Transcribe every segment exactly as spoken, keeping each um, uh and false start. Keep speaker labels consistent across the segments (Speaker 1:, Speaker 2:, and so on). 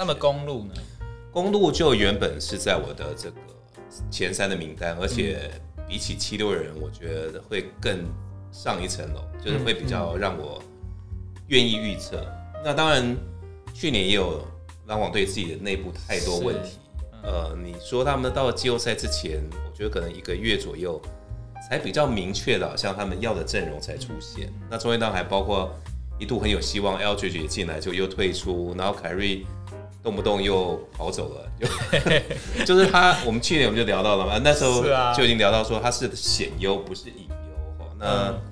Speaker 1: 那么公路呢？
Speaker 2: 公路就原本是在我的这个前三的名单，而且比起七六人，我觉得会更上一层楼，就是会比较让我愿意预测。那当然，去年也有篮网队自己的内部太多问题。呃，你说他们到了季后赛之前，我觉得可能一个月左右才比较明确的，好像他们要的阵容才出现。嗯、那中间当然还包括一度很有希望 Aldridge 也进来，就又退出，然后凯瑞动不动又跑走了，就就是他，我们去年我们就聊到了嘛，那时候就已经聊到说他是显优不是隐忧。那、嗯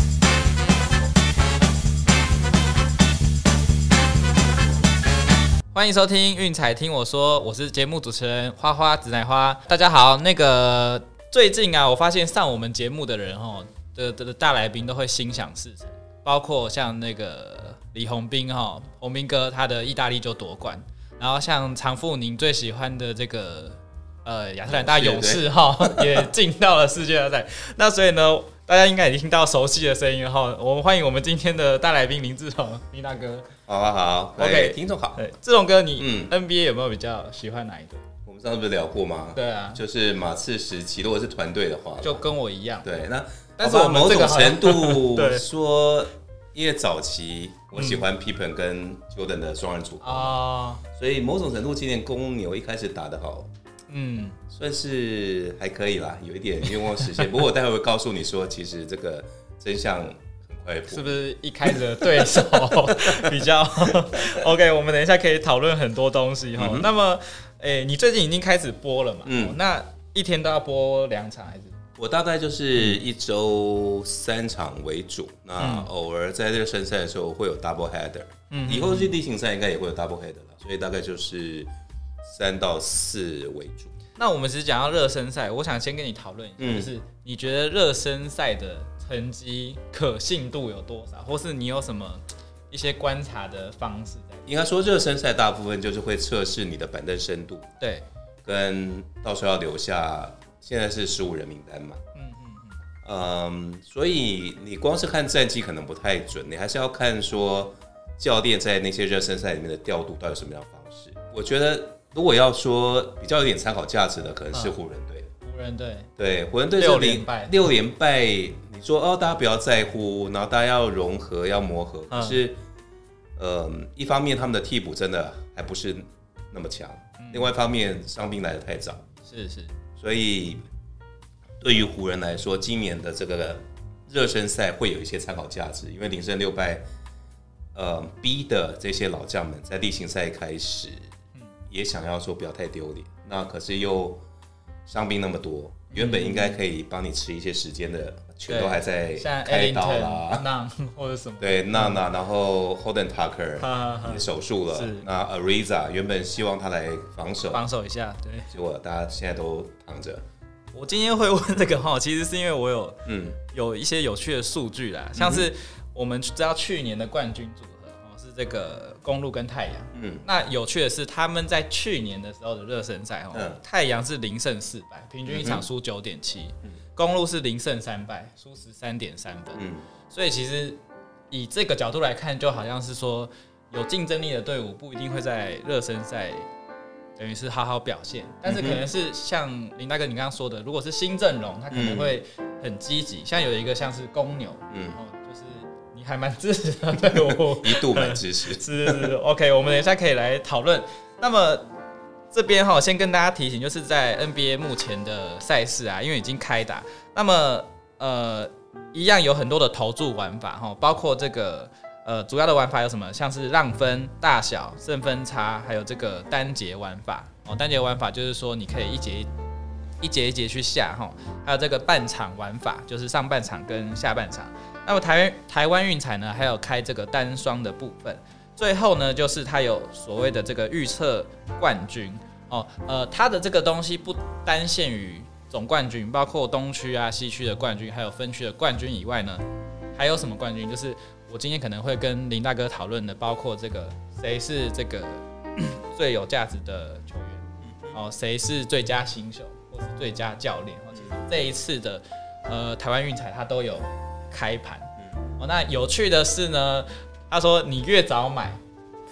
Speaker 1: 欢迎收听运彩听我说，我是节目主持人花花紫乃花。大家好，那个最近啊，我发现上我们节目的人哦的的大来宾都会心想事成，包括像那个李宏斌哈，宏斌哥他的意大利就夺冠，然后像常富宁最喜欢的这个呃亚特兰大勇士哈也进到了世界大赛。那所以呢，大家应该已经听到熟悉的声音哈，我们欢迎我们今天的大来宾林志宏林大哥。
Speaker 2: 好啊好
Speaker 1: ，OK，
Speaker 2: 听众好。
Speaker 1: 志宏哥，你 N B A 有没有比较喜欢哪一队？
Speaker 2: 我们上次不是聊过吗？
Speaker 1: 对啊，
Speaker 2: 就是马刺时期，如果是团队的话，
Speaker 1: 就跟我一样。
Speaker 2: 对，那
Speaker 1: 但是我们
Speaker 2: 某种程度
Speaker 1: 对
Speaker 2: 说，因为早期我喜欢 Pippen 跟 Jordan 的双人组合啊、嗯，所以某种程度今年公牛一开始打得好，嗯，算是还可以啦，有一点愿望实现。不过我待会会告诉你说，其实这个真相。
Speaker 1: 是不是一开始的对手比较 OK？ 我们等一下可以讨论很多东西哈、嗯。那么，欸，你最近已经开始播了嘛？嗯，那一天都要播两场还是？
Speaker 2: 我大概就是一周三场为主，那偶尔在热身赛的时候会有 double header， 嗯，以后去例行赛应该也会有 double header 了，所以大概就是三到四为主。
Speaker 1: 那我们只是讲到热身赛，我想先跟你讨论一下，嗯、就是你觉得热身赛的成绩可信度有多少，或是你有什么一些观察的方式在？
Speaker 2: 应该说热身赛大部分就是会测试你的板凳深度，
Speaker 1: 对，
Speaker 2: 跟到时候要留下，现在是十五人名单嘛，嗯嗯嗯，嗯，所以你光是看战绩可能不太准，你还是要看说教练在那些热身赛里面的调度到底什么样的方式。我觉得如果要说比较有点参考价值的，可能是湖人队。
Speaker 1: 湖人队，
Speaker 2: 对，湖人队
Speaker 1: 六连败，
Speaker 2: 六连败。你说哦，大家不要在乎，然后大家要融合，要磨合。可是，呃，一方面他们的替补真的还不是那么强，嗯、另外一方面伤病来得太早，
Speaker 1: 是是。
Speaker 2: 所以对于湖人来说，今年的这个热身赛会有一些参考价值，因为零胜六败，呃，逼的这些老将们在例行赛开始。也想要说不要太丢脸，那可是又伤病那么多，原本应该可以帮你吃一些时间的，全都还在开刀啦，
Speaker 1: 像 Ellington 或者什么，
Speaker 2: 对，娜娜，然后 Holden Tucker 也手术了，那 Ariza 原本希望他来防守，
Speaker 1: 防守一下，对，
Speaker 2: 结果大家现在都躺着。
Speaker 1: 我今天会问这个哈，其实是因为我有嗯有一些有趣的数据啦，像是我们知道去年的冠军组。这个公鹿跟太阳，嗯，那有趣的是，他们在去年的时候的热身赛，嗯，太阳是零胜四败，平均一场输九点七，公鹿是零胜三败，输十三点三分，嗯，所以其实以这个角度来看，就好像是说，有竞争力的队伍不一定会在热身赛等于是好好表现，但是可能是像林大哥你刚刚说的，如果是新阵容，他可能会很积极，像有一个像是公牛，嗯。还蛮支持的队伍，
Speaker 2: 一度蛮支持。
Speaker 1: 是是是 ，OK， 我们等一下可以来讨论。那么这边哈，先跟大家提醒，就是在 N B A 目前的赛事啊，因为已经开打，那么呃，一样有很多的投注玩法哈，包括这个呃主要的玩法有什么，像是让分、大小、胜分差，还有这个单节玩法哦。单节玩法就是说你可以一节一。一节一节去下哈，还有这个半场玩法，就是上半场跟下半场。那么台台湾运彩呢，还有开这个单双的部分。最后呢，就是它有所谓的这个预测冠军哦，呃，它的这个东西不单限于总冠军，包括东区啊、西区的冠军，还有分区的冠军以外呢，还有什么冠军？就是我今天可能会跟林大哥讨论的，包括这个谁是这个最有价值的球员哦，谁是最佳新秀。或是最佳教练，其实这一次的呃台湾运彩它都有开盘、哦。那有趣的是呢，他说你越早买，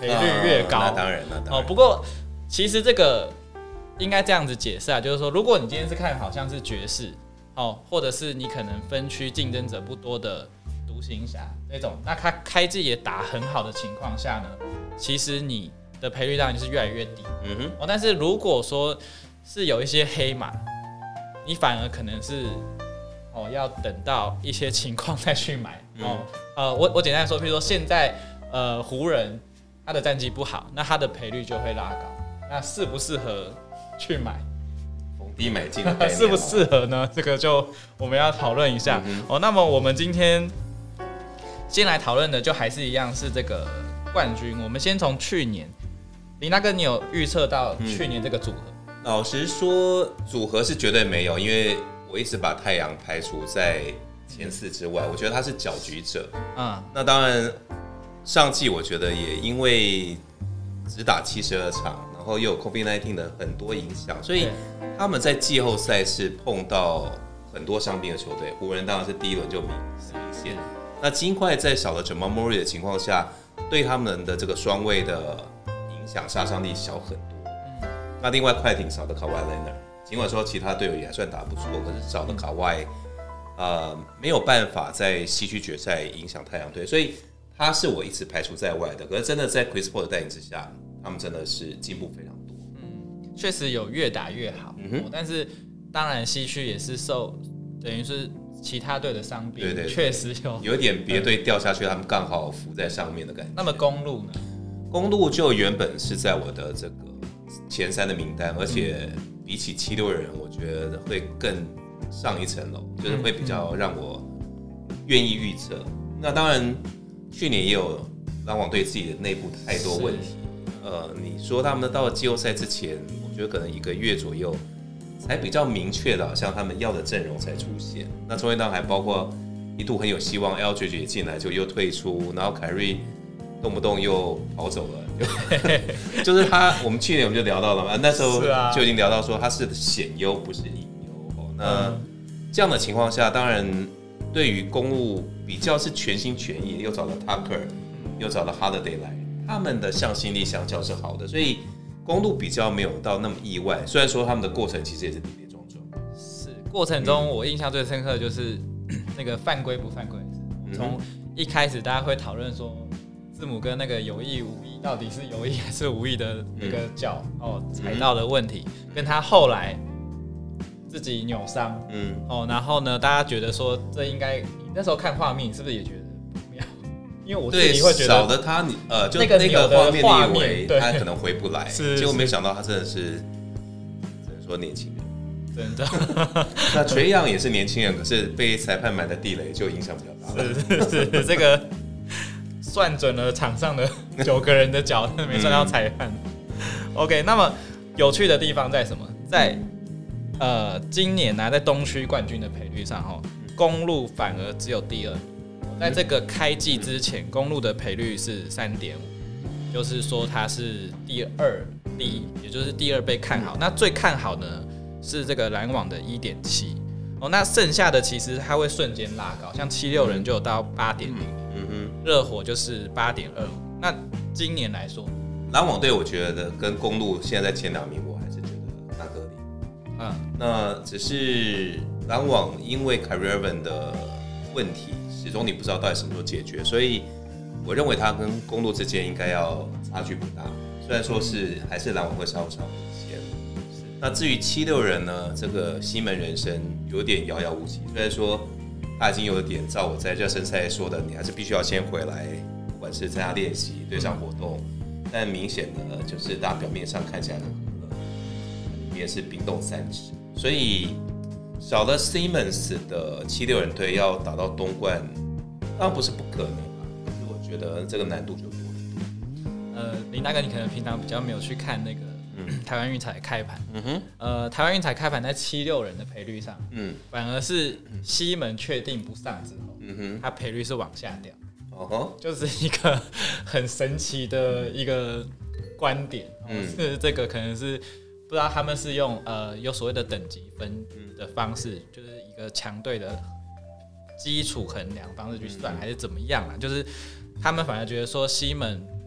Speaker 1: 赔率越高。
Speaker 2: 哦、那当然，那当然。
Speaker 1: 哦，不过其实这个应该这样子解释啊，就是说，如果你今天是看好像是爵士，哦，或者是你可能分区竞争者不多的独行侠那种，那它开季也打很好的情况下呢，其实你的赔率当然就是越来越低。嗯哼。哦，但是如果说是有一些黑马，你反而可能是哦要等到一些情况再去买。嗯、哦，呃，我我简单说，比如说现在呃湖人他的战绩不好，那他的赔率就会拉高，那适不适合去买？
Speaker 2: 逢低买进的概念
Speaker 1: 适不适合呢？这个就我们要讨论一下、嗯、哦。那么我们今天先来讨论的就还是一样是这个冠军。我们先从去年，林大哥，你有预测到去年这个组合？
Speaker 2: 嗯、老实说，组合是绝对没有，因为我一直把太阳排除在前四之外，我觉得他是搅局者。嗯，那当然，上季我觉得也因为只打七十二场，然后又有 COVID 十九 的很多影响，所以他们在季后赛是碰到很多伤病的球队。湖人当然是第一轮就明显。那金块在少了 Jamal Murray 的情况下，对他们的这个双位的影响杀伤力小很多。嗯、那另外快艇少的 Kawhi Leonard， 尽管说其他队友也还算打不错，可是少的 Kawhi，呃，没有办法在西区决赛影响太阳队，所以他是我一直排除在外的。可是真的在 Chris Paul 的带领之下，他们真的是进步非常多。
Speaker 1: 嗯，确实有越打越好。嗯、但是当然西区也是受等于是其他队的伤病，对对对，确实有
Speaker 2: 有点别队掉下去，他们刚好浮在上面的感觉。
Speaker 1: 那么公路呢？
Speaker 2: 公路就原本是在我的这个前三的名单，而且比起七六人，我觉得会更上一层楼，就是会比较让我愿意预测。那当然，去年也有篮网队自己的内部太多问题。呃，你说他们到了季后赛之前，我觉得可能一个月左右才比较明确的，好像他们要的阵容才出现。那中间当然还包括一度很有希望 L J J 进来就又退出，然后凯瑞动不动又跑走了，就是他。我们去年我们就聊到了嘛，那时候就已经聊到说他是险优不是隐忧。那这样的情况下，当然对于公路比较是全心全意，又找了 Tucker， 又找了 Holiday 来，他们的向心力相较是好的，所以公路比较没有到那么意外。虽然说他们的过程其实也是跌跌撞撞。
Speaker 1: 是过程中我印象最深刻的就是那个犯规不犯规的事。从一开始大家会讨论说，字母哥那个有意无意到底是有意还是无意的那个脚、嗯、哦踩到的问题，嗯、跟他后来自己扭伤，嗯哦，然后呢，大家觉得说这应该，你那时候看画面，你是不是也觉得不妙？因为我自己会觉得
Speaker 2: 少了他，呃，就那个画面，你以为他可能回不来，结果没想到他真的是，只能说年轻人。
Speaker 1: 真的，
Speaker 2: 那Trae Young也是年轻人，可是被裁判买的地雷就影响比较大了。
Speaker 1: 是是是，这个算准了场上的九个人的脚，没算到裁判。嗯、OK， 那么有趣的地方在什么？在呃，今年拿、啊、在东区冠军的赔率上，哈，公路反而只有第二。在这个开季之前，公路的赔率是 三点五， 就是说它是第二低，也就是第二被看好。那最看好呢？是这个篮网的 一点七 哦，那剩下的其实它会瞬间拉高，像七六人就有到 八点零， 嗯哼，热火就是 八点二五。那今年来说，
Speaker 2: 篮网队我觉得跟公路现在在前两名，我还是觉得蛮合理。嗯，那只是篮网因为 Kyrie Irving 的问题，始终你不知道到底什么时候解决，所以我认为他跟公路之间应该要差距不大。虽然说是还是篮网会稍稍领先。那至于七六人呢，这个西门人生有点遥遥无期。虽然说他已经有点照我在热身赛说的，你还是必须要先回来，不管是参加练习、对上活动，但明显的就是大家表面上看起来很和乐，里面是冰冻三尺。所以少了 Simmons 的七六人队要打到东冠，当然不是不可能啊，可是我觉得这个难度就多很多。
Speaker 1: 呃，林大哥，你可能平常比较没有去看那个。台湾运彩开盘，嗯哼，呃，台湾运彩开盘在七六人的赔率上，嗯，反而是西门确定不上之后，嗯哼，它赔率是往下掉，哦吼，就是一个很神奇的一个观点，嗯，是这个可能是不知道他们是用呃有所谓的等级分的方式，就是一个强队的基础衡量方式去算，嗯、还是怎么样啊？就是他们反而觉得说西门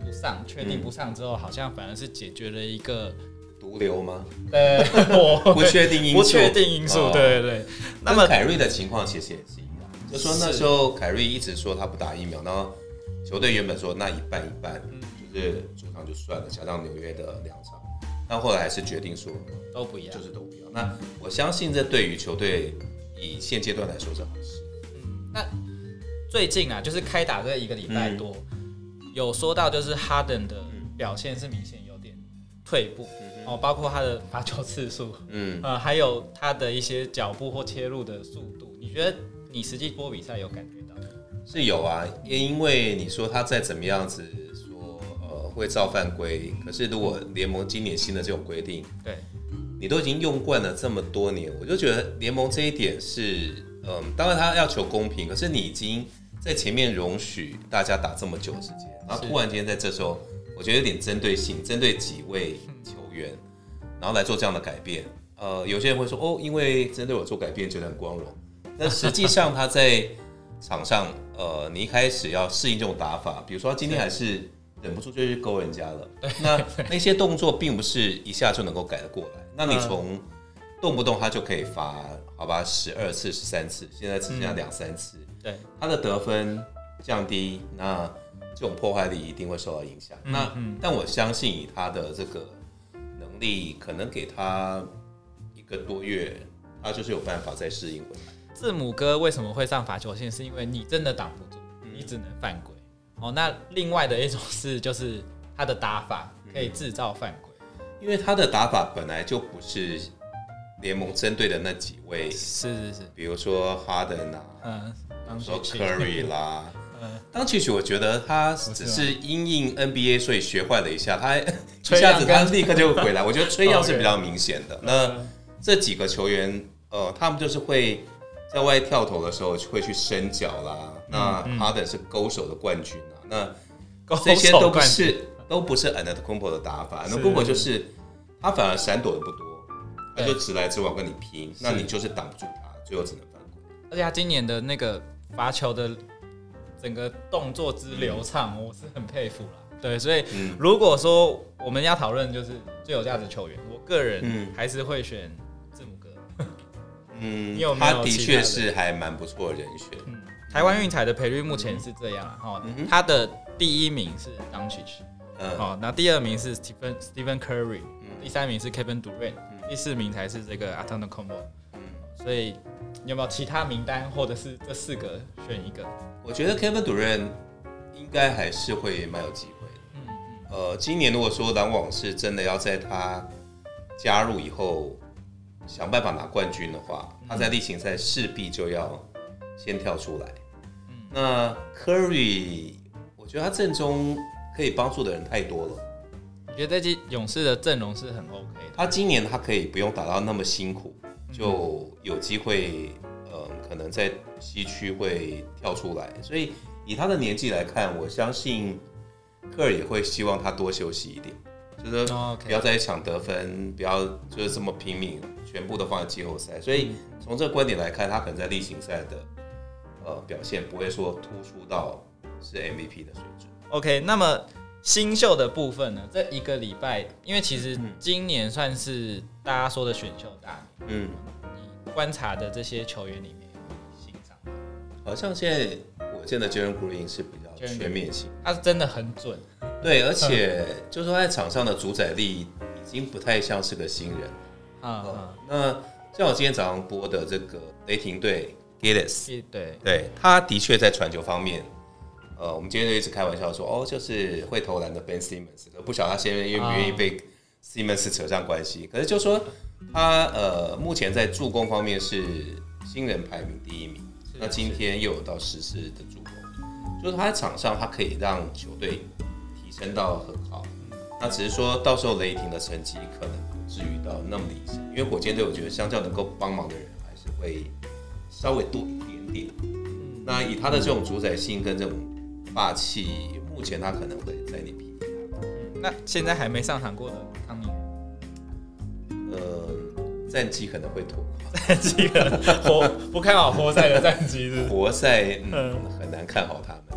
Speaker 1: 不上，确定不上之后，好像反而是解决了一个
Speaker 2: 毒瘤吗？
Speaker 1: 呃，我
Speaker 2: 不确定因素，
Speaker 1: 不确定因素，哦、对对对。
Speaker 2: 那么凯瑞的情况其实也是一样，就说那时候凯瑞一直说他不打疫苗，然后球队原本说那一半一半，嗯、就是主场就算了，加上纽约的两场，但后来还是决定说
Speaker 1: 都不一样，
Speaker 2: 就是都不一样。那我相信这对于球队以现阶段来说是好事。
Speaker 1: 嗯，那最近啊，就是开打这一个礼拜多，嗯、有说到就是哈登的表现是明显有点退步。嗯哦，包括他的罚球次数，嗯，呃，还有他的一些脚步或切入的速度，你觉得你实际播比赛有感觉到？
Speaker 2: 是有啊，因为你说他再怎么样子说，呃，会造犯规，可是如果联盟今年新的这种规定，
Speaker 1: 对，
Speaker 2: 你都已经用惯了这么多年，我就觉得联盟这一点是，嗯，当然他要求公平，可是你已经在前面容许大家打这么久的时间，然后突然间在这时候，我觉得有点针对性，针对几位球员，然后来做这样的改变。呃，有些人会说，哦，因为针对我做改变，觉得很光荣。但实际上他在场上，呃，你一开始要适应这种打法，比如说他今天还是忍不住就去勾人家了，那那些动作并不是一下就能够改得过来。那你从动不动他就可以罚，好吧，十二次、十三次，现在只剩下两三次，
Speaker 1: 嗯、对，
Speaker 2: 他的得分降低，那这种破坏力一定会受到影响。嗯、那、嗯、但我相信以他的这个能力，可能给他一个多月，他就是有办法再适应回来。
Speaker 1: 字母哥为什么会上罚球线？是因为你真的挡不住，你只能犯规。哦，那另外的一种是，就是他的打法可以制造犯规、
Speaker 2: 嗯，因为他的打法本来就不是联盟针对的那几位，
Speaker 1: 是是是，
Speaker 2: 比如说哈登啊，
Speaker 1: 嗯，
Speaker 2: 比如说 Curry 啦。当曲曲，我觉得他只是因应 N B A， 所以学坏了一下，他一下子他立刻就回来。我觉得吹样是比较明显的。那这几个球员，呃，他们就是会在外跳投的时候会去伸脚啦。那哈登是勾手的冠军啊，那这些都不是都不是 Antetokounmpo 的打法。Antetokounmpo 就是他反而闪躲的不多，他就直来直往跟你拼，那你就是挡不住他，最后只能犯规。
Speaker 1: 而且他今年的那个罚球的整个动作之流畅，我是很佩服啦。对，所以如果说我们要讨论就是最有价值球员，我个人还是会选字母哥。
Speaker 2: 嗯，有没有他的确是还蛮不错的人选。
Speaker 1: 嗯，台湾运彩的赔率目前是这样啊，嗯、他的第一名是 Doncic， 嗯，哦，那第二名是 Stephen Stephen Curry，、嗯、第三名是 Kevin Durant，、嗯、第四名才是这个 Antetokounmpo。嗯，所以你有没有其他名单，或者是这四个选一个？
Speaker 2: 我觉得 Kevin Durant 应该还是会蛮有机会的。嗯嗯。呃，今年如果说篮网是真的要在他加入以后想办法拿冠军的话，嗯、他在例行赛势必就要先跳出来。嗯。那 Curry， 我觉得他阵中可以帮助的人太多了。
Speaker 1: 我觉得这支勇士的阵容是很 OK 的。
Speaker 2: 他今年他可以不用打到那么辛苦，就有机会。呃，可能在西区会跳出来，所以以他的年纪来看，我相信科尔也会希望他多休息一点，就是不要再抢得分，不要就是这么拼命，全部都放在季后赛。所以从这个观点来看，他可能在例行赛的呃表现不会说突出到是 M V P 的水准。
Speaker 1: OK， 那么新秀的部分呢？这一个礼拜，因为其实今年算是大家说的选秀大年，嗯。观察的这些球员里面，欣赏
Speaker 2: 好像现在我见的 Jalen Green 是比较全面性，
Speaker 1: 他是真的很准，
Speaker 2: 对，而且就是说在场上的主宰力已经不太像是个新人。啊、嗯，那像我今天早上播的这个雷霆队 Giannis，
Speaker 1: 对
Speaker 2: 对，他的确在传球方面，呃，我们今天就一直开玩笑说，哦，就是会投篮的 Ben Simmons， 不晓得他现在愿不愿意被 Simmons 扯上关系，可是就说。他呃，目前在助攻方面是新人排名第一名，那今天又有到十次的助攻，就是他在场上他可以让球队提升到很好。那只是说到时候雷霆的成绩可能不至于到那么理想，因为火箭队我觉得相较能够帮忙的人还是会稍微多一点点。那以他的这种主宰性跟这种霸气，目前他可能会在你皮。
Speaker 1: 那现在还没上场过的汤尼？
Speaker 2: 呃，战绩可能会拖，
Speaker 1: 战绩可能活不看好活塞的战绩是，
Speaker 2: 活塞嗯很难看好他们。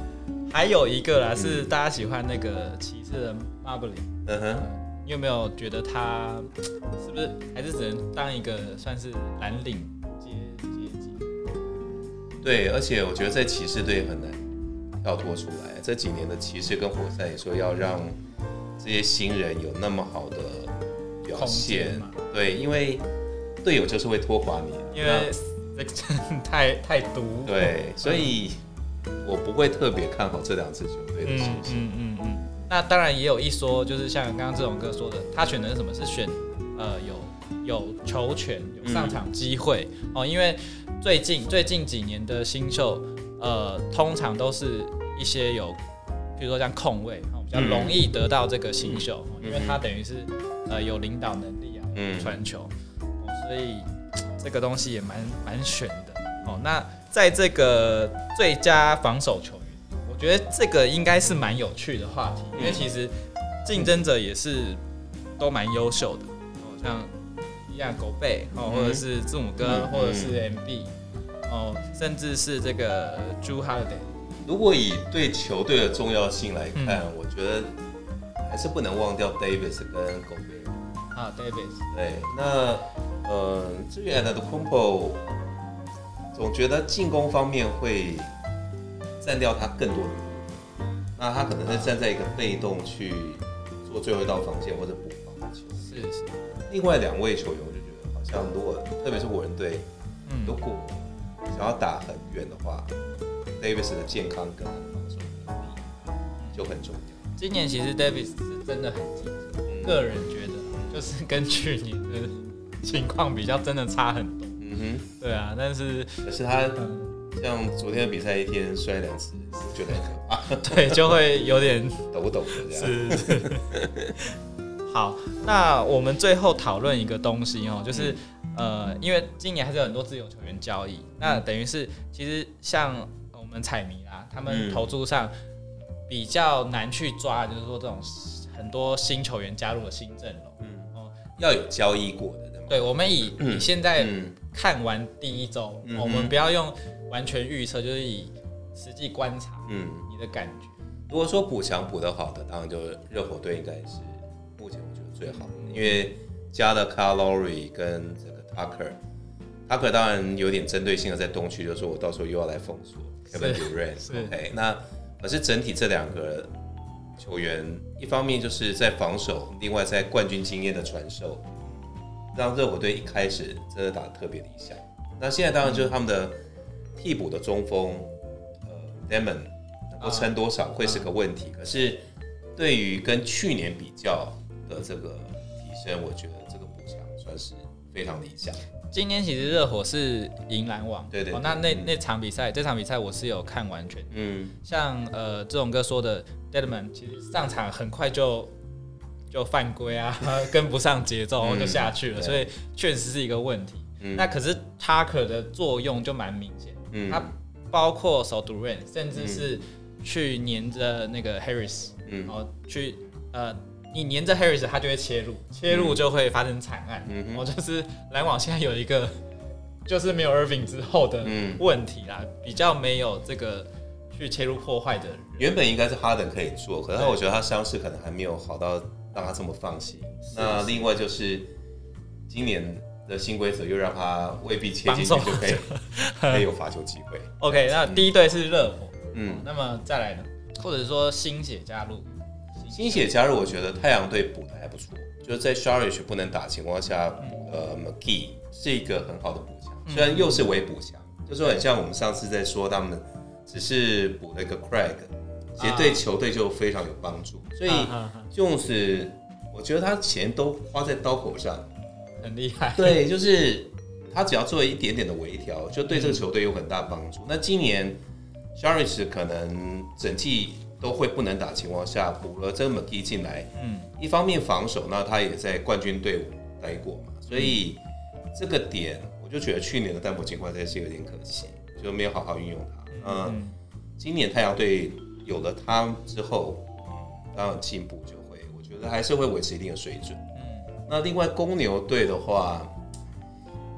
Speaker 1: 还有一个啦，是大家喜欢那个骑士的 Mobley。嗯哼，你有没有觉得他是不是还是只能当一个算是蓝领阶阶级？
Speaker 2: 对，而且我觉得在骑士队很难跳脱出来。这几年的骑士跟活塞，你说要让这些新人有那么好的表现，对，因为队友就是会拖垮你，
Speaker 1: 因为这个太太毒。
Speaker 2: 对，所以我不会特别看好这两支球队的形势。嗯嗯嗯。
Speaker 1: 那当然也有一说，就是像刚刚这种哥说的，他选的是什么？是选呃有有球权、有上场机会、嗯、哦。因为最近最近几年的新秀，呃，通常都是一些有，比如说像控卫，比较容易得到这个新秀，嗯、因为他等于是呃有领导能力啊，传球、哦，所以这个东西也蛮蛮选的哦。那在这个最佳防守球员。我觉得这个应该是蛮有趣的话题，因为其实竞争者也是都蛮优秀的，哦，像一样狗贝哦，或者是字母哥，或者是 M B 哦，甚至是这个 Jrue Holiday。
Speaker 2: 如果以对球队的重要性来看，嗯、我觉得还是不能忘掉 Davis 跟狗贝
Speaker 1: 啊 ，Davis。
Speaker 2: 对，那呃，至于 Antetokounmpo， 总觉得进攻方面会占掉他更多的部分，那他可能是站在一个被动去做最后一道防线或者补防的球员。
Speaker 1: 是是。
Speaker 2: 另外两位球员，我就觉得好像如果特别是湖人队，嗯、如果想要打很远的话 ，Davis 的健康跟他的防守能力就很重要。
Speaker 1: 今年其实 Davis 是真的很积极，嗯、个人觉得就是跟去年的情况比较，真的差很多。嗯哼。对啊，但是
Speaker 2: 可是他。嗯像昨天的比赛一天摔两次，我觉得很可怕。
Speaker 1: 对，就会有点
Speaker 2: 抖抖的这样。是是。
Speaker 1: 好，那我们最后讨论一个东西哦，就是、嗯、呃，因为今年还是有很多自由球员交易，嗯、那等于是其实像我们彩迷啦，他们投注上比较难去抓，就是说这种很多新球员加入了新阵容，嗯
Speaker 2: 哦，要有交易过的，对吗？
Speaker 1: 对，我们以你、嗯、现在看完第一周，嗯、我们不要用。完全预测，就是以实际观察，嗯，你的感觉。
Speaker 2: 如果说补强补得好的，当然就热火队应该是目前我觉得最好的，嗯、因为加了 Kyle Lowry 跟这个 Tucker，Tucker 当然有点针对性的在东区，就是说我到时候又要来封锁 Kevin Durant，OK， 那可是整体这两个球员，一方面就是在防守，另外在冠军经验的传授，让热火队一开始真的打得特别理想。那现在当然就是他们的。替补的中锋，呃 ，Demon 能够撑多少会是个问题。Uh, uh. 可是对于跟去年比较的这个提升，我觉得这个补强算是非常理想。
Speaker 1: 今天其实热火是赢篮网，
Speaker 2: 对 对, 對、哦。
Speaker 1: 那那那场比赛，这场比赛我是有看完全。嗯。像呃，这种哥说的 Demon， 其实上场很快就就犯规啊，跟不上节奏，然后就下去了，嗯、所以确实是一个问题。嗯、那可是 Tucker 的作用就蛮明显。嗯、他包括守 Durant， 甚至是去黏着那个 Harris，、嗯、然后去呃，你黏着 Harris， 他就会切入，切入就会发生惨案。嗯、然后就是篮网现在有一个，就是没有 Irving 之后的问题啦，嗯、比较没有这个去切入破坏的人。
Speaker 2: 原本应该是哈登可以做，可是我觉得他伤势可能还没有好到让他这么放心。那另外就是今年。的新规则又让他未必切进去就可以可以有罚球机会。
Speaker 1: OK， 那第一队是热火，嗯，那么再来呢，或者说新血加入，
Speaker 2: 新血加入，我觉得太阳队补的还不错，就是在 Saric 不能打情况下，嗯、呃 ，McGee 是一个很好的补强，虽然又是伪补强，嗯、就是很像我们上次在说他们只是补了一个 Craig， 其实对球队就非常有帮助，所以就是我觉得他钱都花在刀口上。
Speaker 1: 很厉害，
Speaker 2: 对，就是他只要做一点点的微调，就对这个球队有很大帮助。嗯、那今年 Saric 可能整季都会不能打情况下，补了这个 McGee 进来，嗯，一方面防守，那他也在冠军队伍待过嘛，所以这个点我就觉得去年的丹佛金块赛是有点可惜，就没有好好运用它。嗯，嗯今年太阳队有了他之后，当然进步就会，我觉得还是会维持一定的水准。那另外公牛队的话，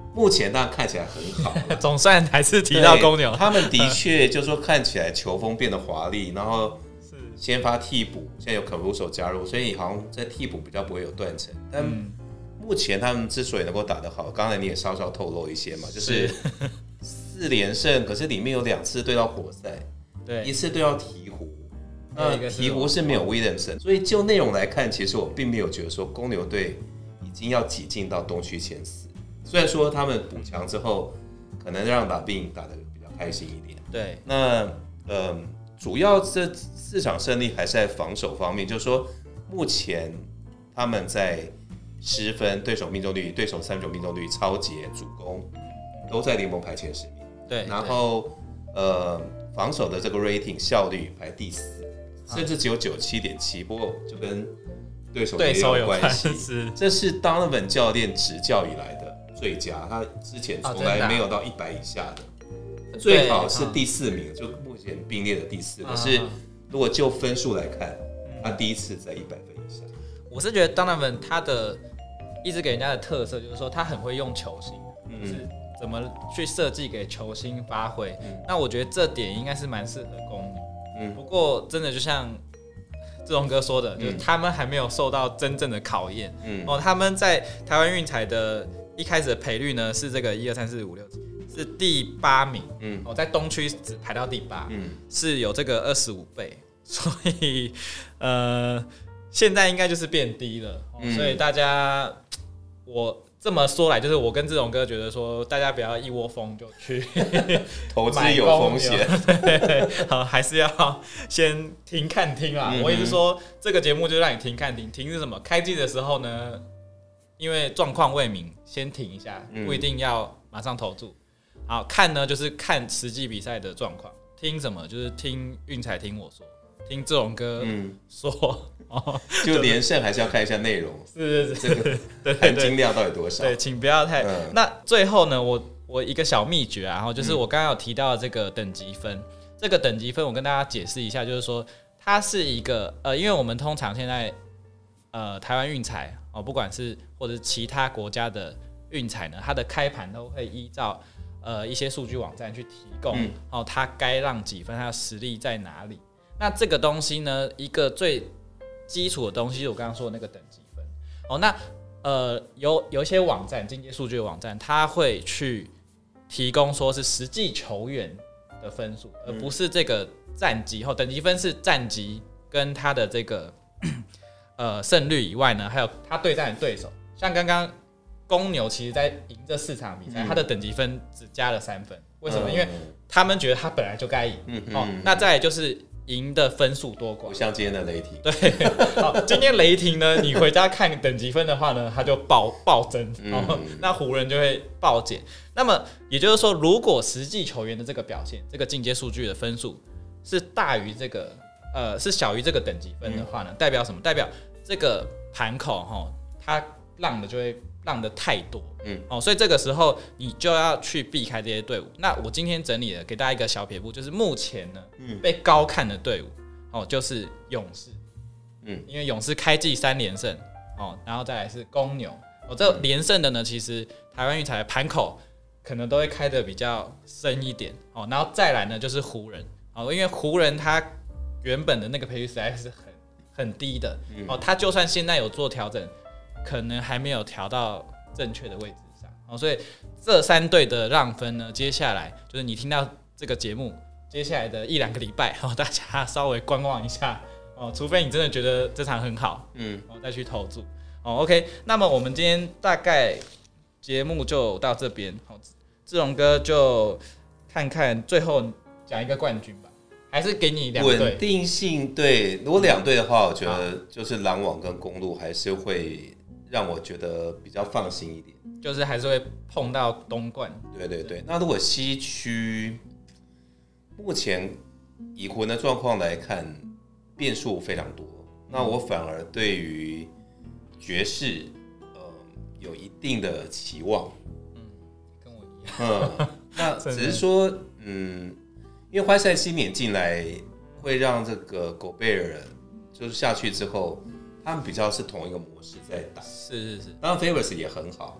Speaker 2: 目前当然看起来很好，
Speaker 1: 总算还是提到公牛。
Speaker 2: 他们的确就是说看起来球风变得华丽，然后先发替补，现在有 Caruso 加入，所以好像在替补比较不会有断层。但目前他们之所以能够打得好，刚才你也稍稍透露一些嘛，就是四连胜，可是里面有两次对到活塞，
Speaker 1: 对，
Speaker 2: 一次对到鹈鹕。那鹈鹕是没有 Williamson， 所以就内容来看，其实我并没有觉得说公牛队已经要挤进到东区前四。虽然说他们补强之后，可能让打并打得比较开心一点。
Speaker 1: 对，
Speaker 2: 那呃，主要这四场胜利还是在防守方面，就是说目前他们在失分、对手命中率、对手三分球命中率、抄截、主攻都在联盟排前十名。
Speaker 1: 对，
Speaker 2: 然后呃，防守的这个 rating 效率排第四，甚至只有九十七点七，不过就跟对手也有关系。这是 Donovan 教练执教以来的最佳，他之前从来没有到一百以下的，哦、最好是第四名，就目前并列的第四。可是如果就分数来看，他第一次在一百分以下。
Speaker 1: 我是觉得 Donovan 他的一直给人家的特色就是说他很会用球星，嗯、就是怎么去设计给球星发挥。嗯、那我觉得这点应该是蛮适合公牛。嗯、不过真的就像志荣哥说的，就是他们还没有受到真正的考验。嗯、哦，他们在台湾运彩的一开始的赔率呢是这个一二三四五六七，是第八名。嗯，哦，在东区只排到第八，嗯，是有这个二十五倍，所以呃，现在应该就是变低了。哦嗯、所以大家，我这么说来，就是我跟志荣哥觉得说，大家不要一窝蜂就去
Speaker 2: 投资有风险，
Speaker 1: 对对，好，还是要先停看听啦。嗯、我也是说，这个节目就让你停看听，停是什么？开季的时候呢？因为状况未明，先停一下，不一定要马上投注。好看呢，就是看实际比赛的状况。听什么？就是听运彩听我说，听志荣哥说。嗯哦、
Speaker 2: 就连胜还是要看一下内容，
Speaker 1: 是是是，
Speaker 2: 这个含金量到底多少？
Speaker 1: 对，请不要太。嗯、那最后呢，我我一个小秘诀啊，然后就是我刚刚有提到的这个等级分，嗯、这个等级分我跟大家解释一下，就是说它是一个呃，因为我们通常现在呃台湾运彩哦，不管是或者是其他国家的运彩呢，它的开盘都会依照呃一些数据网站去提供，嗯、哦，它该让几分，它的实力在哪里？那这个东西呢，一个最基础的东西，我刚刚说的那个等级分，哦，那呃有有一些网站，进阶数据的网站，它会去提供说是实际球员的分数，而不是这个战绩。后等级分是战绩跟他的这个呃胜率以外呢，还有他对战的对手。像刚刚公牛其实在赢这四场比赛，他的等级分只加了三分，为什么？因为他们觉得他本来就该赢。哦，那再来就是赢的分数多寡，
Speaker 2: 不像今天的雷霆。
Speaker 1: 对，好，今天雷霆呢，你回家看等级分的话呢，它就暴暴增，哦，那湖人就会暴减。那么也就是说，如果实际球员的这个表现，这个进阶数据的分数是大于这个呃是小于这个等级分的话呢，代表什么？代表这个盘口哈，它让的就会让的太多，嗯，哦，所以这个时候你就要去避开这些队伍。那我今天整理了，给大家一个小撇步，就是目前呢，嗯、被高看的队伍，哦，就是勇士，嗯，因为勇士开季三连胜，哦，然后再来是公牛，哦，这连胜的呢，其实台湾运彩的盘口可能都会开的比较深一点，哦，然后再来呢就是湖人，哦，因为湖人他原本的那个赔率实在是很很低的，嗯、哦，他就算现在有做调整。可能还没有调到正确的位置上，哦，所以这三队的让分呢，接下来就是你听到这个节目，接下来的一两个礼拜，哦，大家稍微观望一下，哦，除非你真的觉得这场很好，嗯，哦，再去投注，哦 ，OK， 那么我们今天大概节目就到这边，好，志荣哥就看看最后讲一个冠军吧，还是给你两队
Speaker 2: 稳定性对，如果两队的话，我觉得就是篮网跟公鹿还是会。让我觉得比较放心一点，
Speaker 1: 就是还是会碰到东冠。
Speaker 2: 对对对，那如果西区目前以湖人的状况来看，变数非常多，那我反而对于爵士呃有一定的期望。
Speaker 1: 嗯，跟我一样。
Speaker 2: 嗯，那只是说，嗯，因为怀塞西年进来，会让这个狗贝尔就是下去之后。他们比较是同一个模式在打，
Speaker 1: 是是是，
Speaker 2: 当然 Favors 也很好，嗯，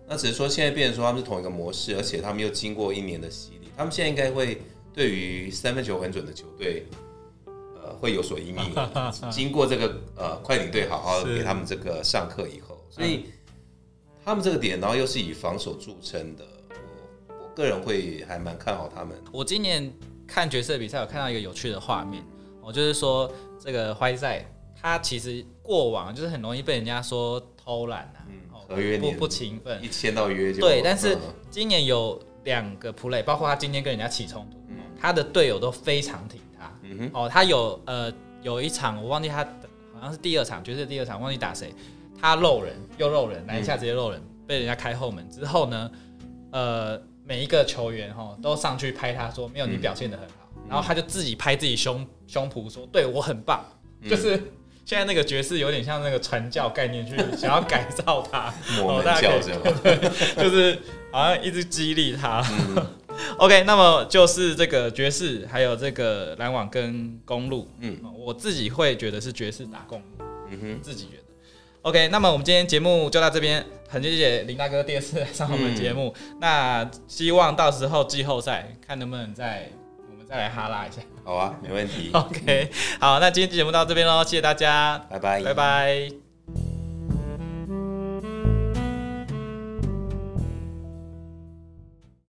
Speaker 2: 那只是说现在变成说他们是同一个模式，而且他们又经过一年的洗礼，他们现在应该会对于三分球很准的球队，呃，会有所阴影。经过这个呃快艇队好好给他们这个上课以后，所以他们这个点，然后又是以防守著称的，我我个人会还蛮看好他们。
Speaker 1: 我今年看爵士的比赛，有看到一个有趣的画面，哦，就是说这个怀赛他其实过往就是很容易被人家说偷懒啊，
Speaker 2: 嗯，合约年
Speaker 1: 不不勤奋，
Speaker 2: 一签到约就
Speaker 1: 对。但是今年有两个 play， 包括他今天跟人家起冲突，嗯、他的队友都非常挺他。嗯、哦，他有呃有一场我忘记他好像是第二场，爵士第二场忘记打谁，他漏人又漏人，来一下直接漏人，嗯、被人家开后门之后呢，呃。每一个球员都上去拍他说没有你表现得很好，嗯、然后他就自己拍自己胸胸脯说对我很棒，嗯、就是现在那个爵士有点像那个传教概念去想要改造他，
Speaker 2: 摩门教是吗？
Speaker 1: 就是好像一直激励他。嗯、OK， 那么就是这个爵士还有这个篮网跟公鹿，嗯，我自己会觉得是爵士打公鹿，嗯哼，自己觉得。OK， 那么我们今天节目就到这边，很谢谢林大哥第二次来上我们节目。嗯、那希望到时候季后赛看能不能再我们再来哈拉一下。
Speaker 2: 好啊，没问题。
Speaker 1: OK， 好，那今天节目到这边喽，谢谢大家，
Speaker 2: 拜拜，
Speaker 1: 拜拜。